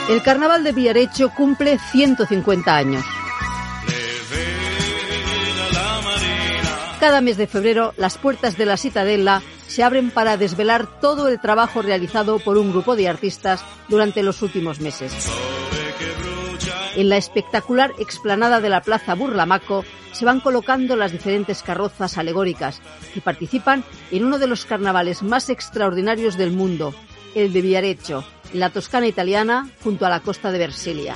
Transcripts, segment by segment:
El carnaval de Viareggio cumple 150 años. Cada mes de febrero, las puertas de la Cittadella se abren para desvelar todo el trabajo realizado por un grupo de artistas durante los últimos meses. En la espectacular explanada de la Plaza Burlamaco se van colocando las diferentes carrozas alegóricas que participan en uno de los carnavales más extraordinarios del mundo, el de Viareggio, en la Toscana italiana, junto a la costa de Versilia.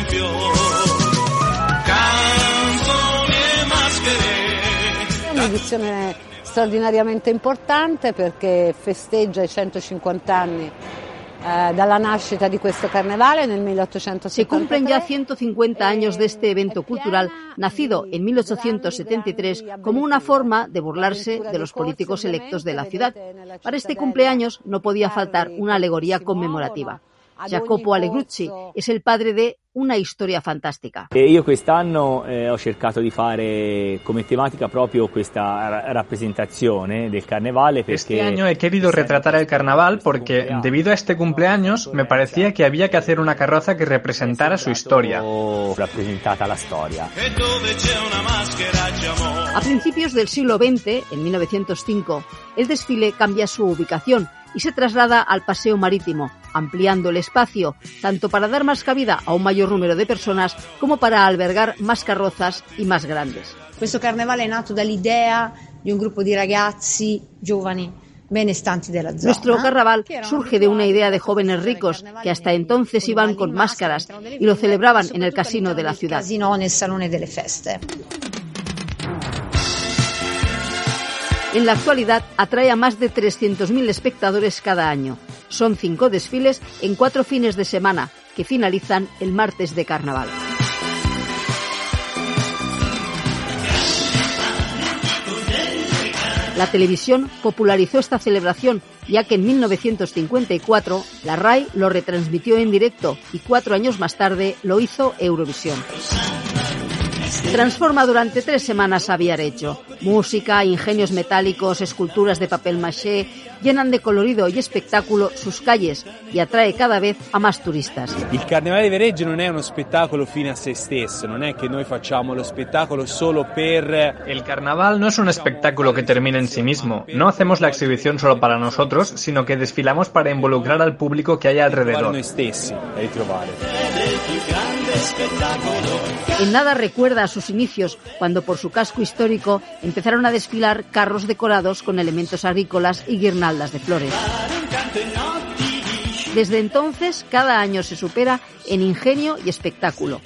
Un'edizione straordinariamente importante perché festeggia i 150 anni dalla nascita di questo carnevale nel 1873. Se cumplen ya 150 años de este evento cultural, nacido en 1873 como una forma de burlarse de los políticos electos de la ciudad. Para este cumpleaños no podía faltar una alegoría conmemorativa. Jacopo Allegrucci es el padre de Una storia fantastica. Io quest'anno ho cercato di fare come tematica proprio questa rappresentazione del carnevale. Este año he querido retratar el carnaval porque, debido a este cumpleaños, me parecía que había que hacer una carroza que representara su historia. Rappresentata la storia. A principios del siglo XX, en 1905, el desfile cambia su ubicación y se traslada al Paseo Marítimo, ampliando el espacio, tanto para dar más cabida a un mayor número de personas como para albergar más carrozas y más grandes. Questo carnevale è nato dall'idea di un gruppo di ragazzi giovani benestanti della zona. Nuestro carnaval surge de una idea de jóvenes ricos que hasta entonces iban con máscaras y lo celebraban en el casino de la ciudad. Nel salone delle feste. En la actualidad atrae a más de 300.000 espectadores cada año. Son 5 desfiles en 4 fines de semana que finalizan el martes de carnaval. La televisión popularizó esta celebración, ya que en 1954 la RAI lo retransmitió en directo y 4 años más tarde lo hizo Eurovisión. Transforma durante 3 semanas a Viareggio. Música, ingenios metálicos, esculturas de papel maché llenan de colorido y espectáculo sus calles y atrae cada vez a más turistas. Il Carnevale di Viareggio non è uno spettacolo fine a se stesso, non è che noi facciamo lo spettacolo solo per... El carnaval no es un espectáculo que termine en sí mismo. No hacemos la exhibición solo para nosotros, sino que desfilamos para involucrar al público que hay alrededor. Noi stessi a ritrovare. En nada recuerda a sus inicios, cuando por su casco histórico empezaron a desfilar carros decorados con elementos agrícolas y guirnaldas de flores. Desde entonces, cada año se supera en ingenio y espectáculo.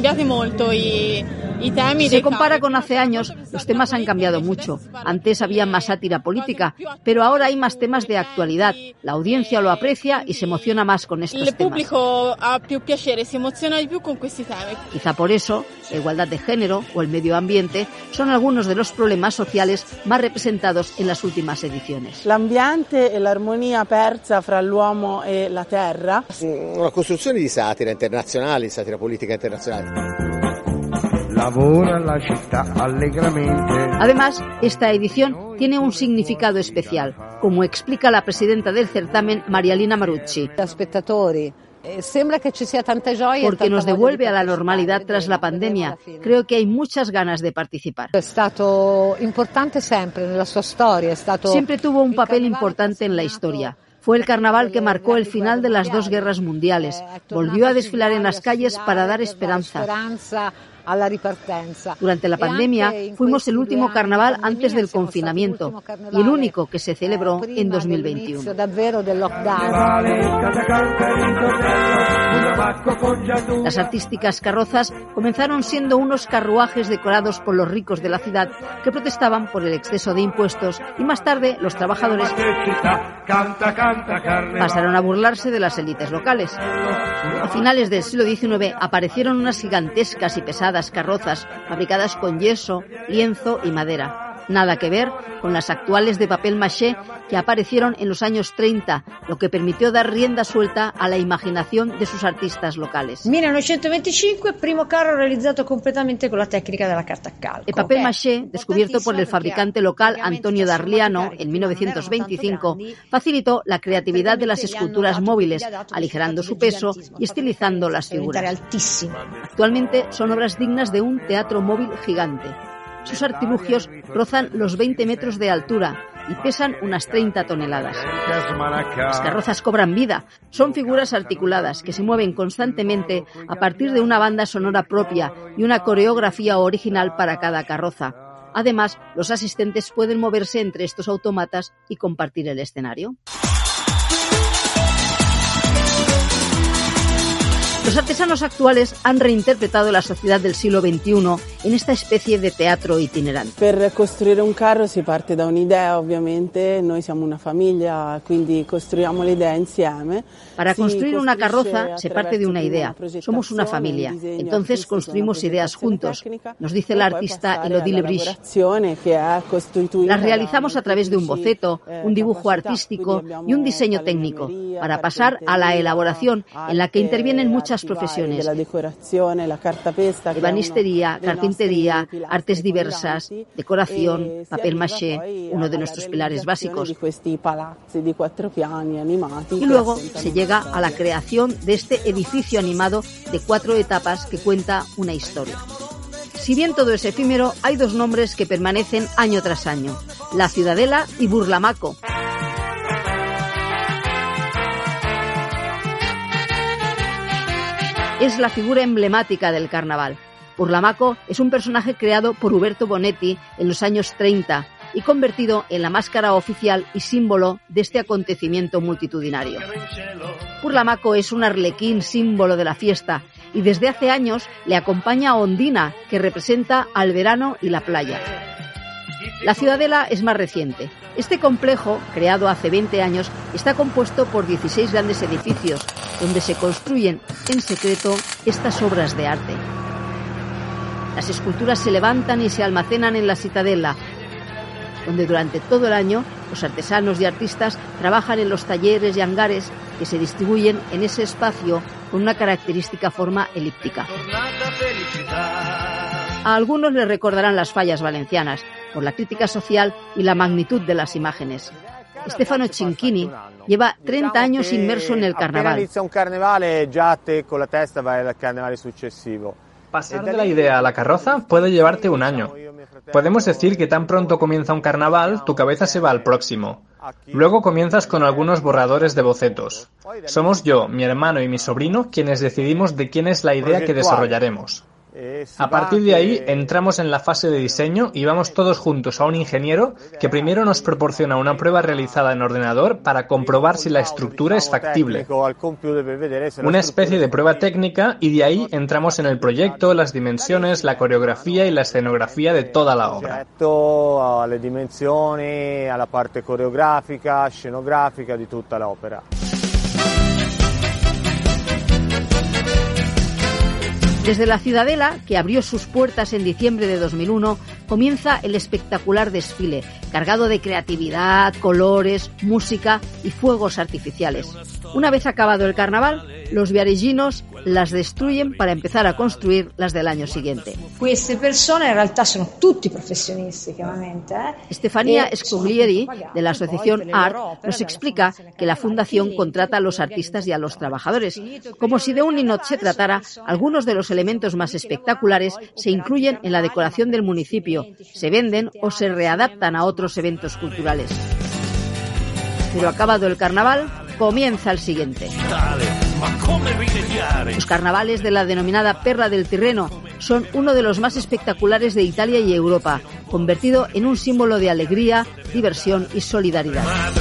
Se compara con hace años, los temas han cambiado mucho. Antes había más sátira política, pero ahora hay más temas de actualidad. La audiencia lo aprecia y se emociona más con estos temas. Quizá por eso, la igualdad de género o el medio ambiente son algunos de los problemas sociales más representados en las últimas ediciones. L'ambiente e l'armonia persa fra l'uomo e la terra. Una costruzione di satira internazionale, satira politica internazionale. Además, esta edición tiene un significado especial, como explica la presidenta del certamen, Marialina Marucci. Porque nos devuelve a la normalidad tras la pandemia. Creo que hay muchas ganas de participar. Siempre tuvo un papel importante en la historia. Fue el carnaval que marcó el final de las 2 guerras mundiales. Volvió a desfilar en las calles para dar esperanza. Durante la pandemia fuimos el último carnaval antes del confinamiento y el único que se celebró en 2021. Las artísticas carrozas comenzaron siendo unos carruajes decorados por los ricos de la ciudad que protestaban por el exceso de impuestos y más tarde los trabajadores pasaron a burlarse de las élites locales. A finales del siglo XIX aparecieron unas gigantescas y pesadas carrozas fabricadas con yeso, lienzo y madera. Nada que ver con las actuales de papel maché que aparecieron en los años 30, lo que permitió dar rienda suelta a la imaginación de sus artistas locales. 1925, primo carro realizzato completamente con la técnica de la carta a calco. El papel maché, descubierto por el fabricante local Antonio D'Arliano en 1925, facilitó la creatividad de las esculturas móviles, aligerando su peso y estilizando las figuras. Actualmente son obras dignas de un teatro móvil gigante. Sus artilugios rozan los 20 metros de altura y pesan unas 30 toneladas. Las carrozas cobran vida. Son figuras articuladas que se mueven constantemente a partir de una banda sonora propia y una coreografía original para cada carroza. Además, los asistentes pueden moverse entre estos autómatas y compartir el escenario. Los artesanos actuales han reinterpretado la sociedad del siglo XXI en esta especie de teatro itinerante. Per costruire un carro si parte da un'idea, ovviamente. Noi siamo una famiglia, quindi costruiamo l'idea insieme. Para construir una carroza se parte de una idea. Somos una familia. Entonces construimos ideas juntos, nos dice la artista Elodie Lebrich. Las realizamos a través de un boceto, un dibujo artístico y un diseño técnico, para pasar a la elaboración, en la que intervienen muchas profesiones: ebanistería, carpintería, artes diversas, decoración, papel maché, uno de nuestros pilares básicos. Y luego se llega a la creación de este edificio animado de 4 etapas que cuenta una historia. Si bien todo es efímero, hay 2 nombres que permanecen año tras año: La Ciudadela y Burlamaco. Es la figura emblemática del carnaval. Burlamaco es un personaje creado por Uberto Bonetti en los años 30 y convertido en la máscara oficial y símbolo de este acontecimiento multitudinario. Burlamaco es un arlequín símbolo de la fiesta y desde hace años le acompaña Ondina, que representa al verano y la playa. La Ciudadela es más reciente. Este complejo, creado hace 20 años, está compuesto por 16 grandes edificios, donde se construyen en secreto estas obras de arte. Las esculturas se levantan y se almacenan en la Ciudadela, donde durante todo el año los artesanos y artistas trabajan en los talleres y hangares que se distribuyen en ese espacio con una característica forma elíptica. A algunos les recordarán las fallas valencianas por la crítica social y la magnitud de las imágenes. Stefano Cinchini lleva 30 años inmerso en el carnaval. Pasar de la idea a la carroza puede llevarte un año. Podemos decir que tan pronto comienza un carnaval, tu cabeza se va al próximo. Luego comienzas con algunos borradores de bocetos. Somos yo, mi hermano y mi sobrino quienes decidimos de quién es la idea que desarrollaremos. A partir de ahí entramos en la fase de diseño y vamos todos juntos a un ingeniero que primero nos proporciona una prueba realizada en ordenador para comprobar si la estructura es factible. Una especie de prueba técnica, y de ahí entramos en el proyecto, las dimensiones, la coreografía y la escenografía de toda la obra. Le dimensioni, a la parte coreográfica, escenográfica de toda la ópera. Desde la Ciudadela, que abrió sus puertas en diciembre de 2001, comienza el espectacular desfile, cargado de creatividad, colores, música y fuegos artificiales. Una vez acabado el carnaval, los viaregginos las destruyen para empezar a construir las del año siguiente. Queste persone in realtà sono tutti professionisti, chiaramente. Stefania Scoglieri, de la asociación ART, nos explica que la fundación contrata a los artistas y a los trabajadores. Como si de un ninot se tratara, algunos de los elementos más espectaculares se incluyen en la decoración del municipio, se venden o se readaptan a otros eventos culturales. Pero acabado el carnaval, comienza el siguiente. Los carnavales de la denominada Perla del Tirreno son uno de los más espectaculares de Italia y Europa, convertido en un símbolo de alegría, diversión y solidaridad.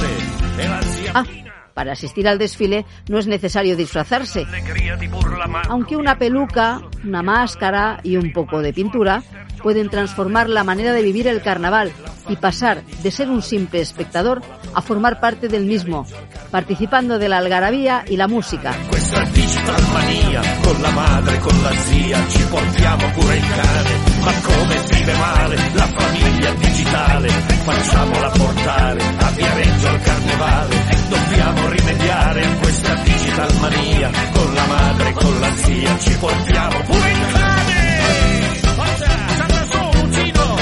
Para asistir al desfile no es necesario disfrazarse, aunque una peluca, una máscara y un poco de pintura pueden transformar la manera de vivir el carnaval y pasar de ser un simple espectador a formar parte del mismo, participando de la algarabía y la música. Con la madre, con la zia, ci portiamo pure il cane. ma come vive male la famiglia digitale, facciamola portare a Viareggio al carnevale, dobbiamo rimediare a questa digital mania, con la madre, con la zia, ci portiamo pure in cane! Forza, salta su, Lucino!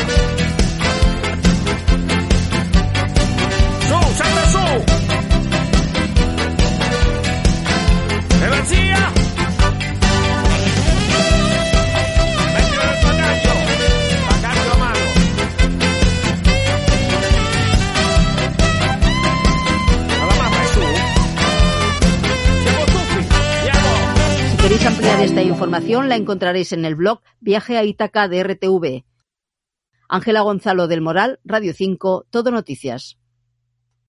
Su, salta su! E la zia? Mettila nel bagaglio a mano. Ma la mamma è su? Siamo tutti, andiamo! Si queréis ampliar esta información, la encontraréis en el blog Viaje a Ítaca de RTV. Ángela Gonzalo del Moral, Radio 5, Todo Noticias.